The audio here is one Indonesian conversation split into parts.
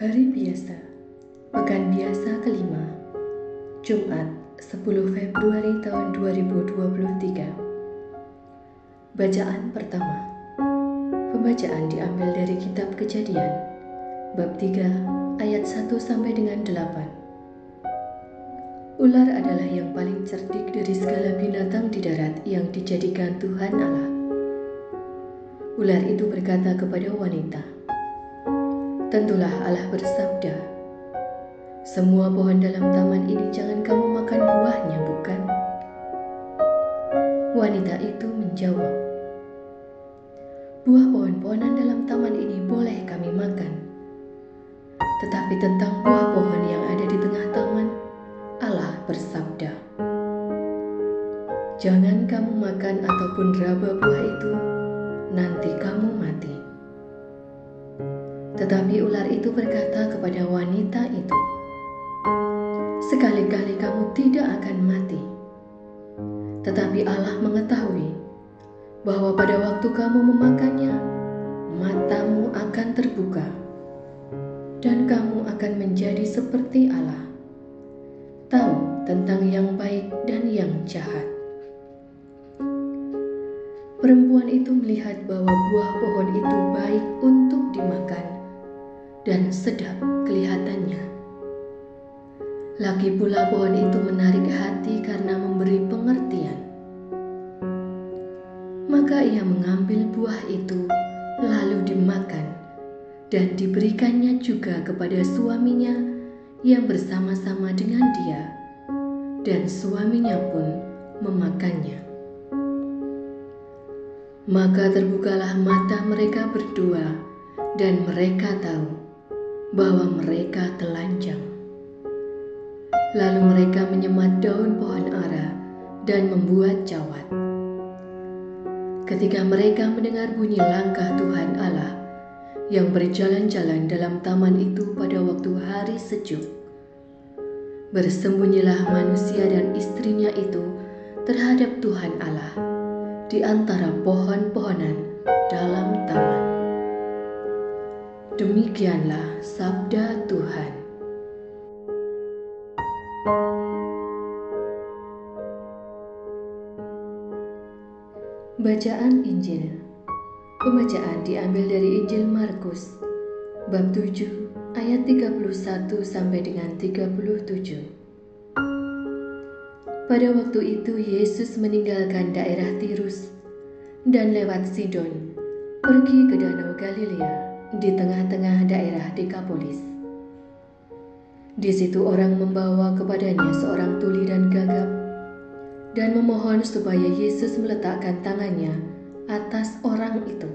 Hari biasa, pekan biasa kelima, Jumat 10 Februari tahun 2023. Bacaan pertama. Pembacaan diambil dari kitab Kejadian, bab 3 ayat 1 sampai dengan 8. Ular adalah yang paling cerdik dari segala binatang di darat yang dijadikan Tuhan Allah. Ular itu berkata kepada wanita, "Tentulah Allah bersabda, semua pohon dalam taman ini jangan kamu makan buahnya, bukan?" Wanita itu menjawab, "Buah pohon-pohonan dalam taman ini boleh kami makan. Tetapi tentang buah pohon yang ada di tengah taman, Allah bersabda, jangan kamu makan ataupun raba buah itu, nanti kamu mati." Tetapi ular itu berkata kepada wanita itu, "Sekali-kali kamu tidak akan mati. Tetapi Allah mengetahui bahwa pada waktu kamu memakannya, matamu akan terbuka, dan kamu akan menjadi seperti Allah, tahu tentang yang baik dan yang jahat." Perempuan itu melihat bahwa buah pohon itu baik untuk dimakan dan sedap kelihatannya. Lagi pula pohon itu menarik hati karena memberi pengertian. Maka ia mengambil buah itu lalu dimakan, dan diberikannya juga kepada suaminya yang bersama-sama dengan dia, dan suaminya pun memakannya. Maka terbukalah mata mereka berdua, dan mereka tahu bahwa mereka telanjang. Lalu mereka menyemat daun pohon ara dan membuat cawat. Ketika mereka mendengar bunyi langkah Tuhan Allah yang berjalan-jalan dalam taman itu pada waktu hari sejuk, bersembunyilah manusia dan istrinya itu terhadap Tuhan Allah di antara pohon-pohonan dalam taman. Demikianlah sabda Tuhan. Bacaan Injil. Pembacaan diambil dari Injil Markus, bab 7 ayat 31 sampai dengan 37. Pada waktu itu Yesus meninggalkan daerah Tirus dan lewat Sidon, pergi ke Danau Galilea di tengah-tengah daerah Dekapolis. Di situ orang membawa kepadanya seorang tuli dan gagap dan memohon supaya Yesus meletakkan tangannya atas orang itu.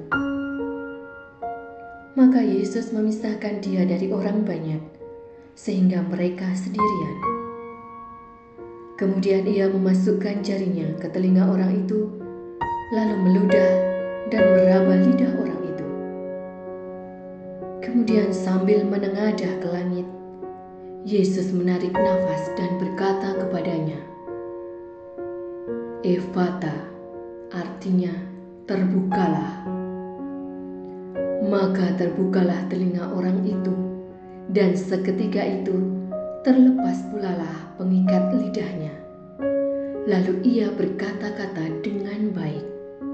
Maka Yesus memisahkan dia dari orang banyak, sehingga mereka sendirian. Kemudian ia memasukkan jarinya ke telinga orang itu, lalu meludah dan meraba lidah orang itu. Kemudian sambil menengadah ke langit, Yesus menarik nafas dan berkata kepadanya, "Ephata," artinya terbukalah. Maka terbukalah telinga orang itu, dan seketika itu terlepas pulalah pengikat lidahnya. Lalu ia berkata-kata dengan baik.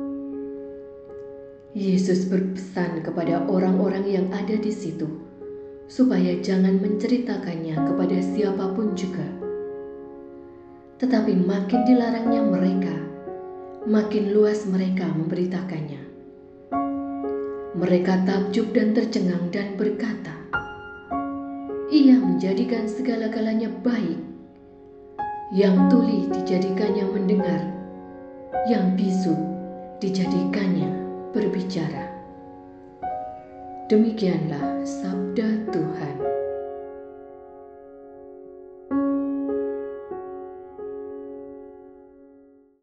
Yesus berpesan kepada orang-orang yang ada di situ supaya jangan menceritakannya kepada siapapun juga. Tetapi makin dilarangnya mereka, makin luas mereka memberitakannya. Mereka takjub dan tercengang dan berkata, "Ia menjadikan segala-galanya baik. Yang tuli dijadikannya mendengar, yang bisu dijadikannya berbicara." Demikianlah sabda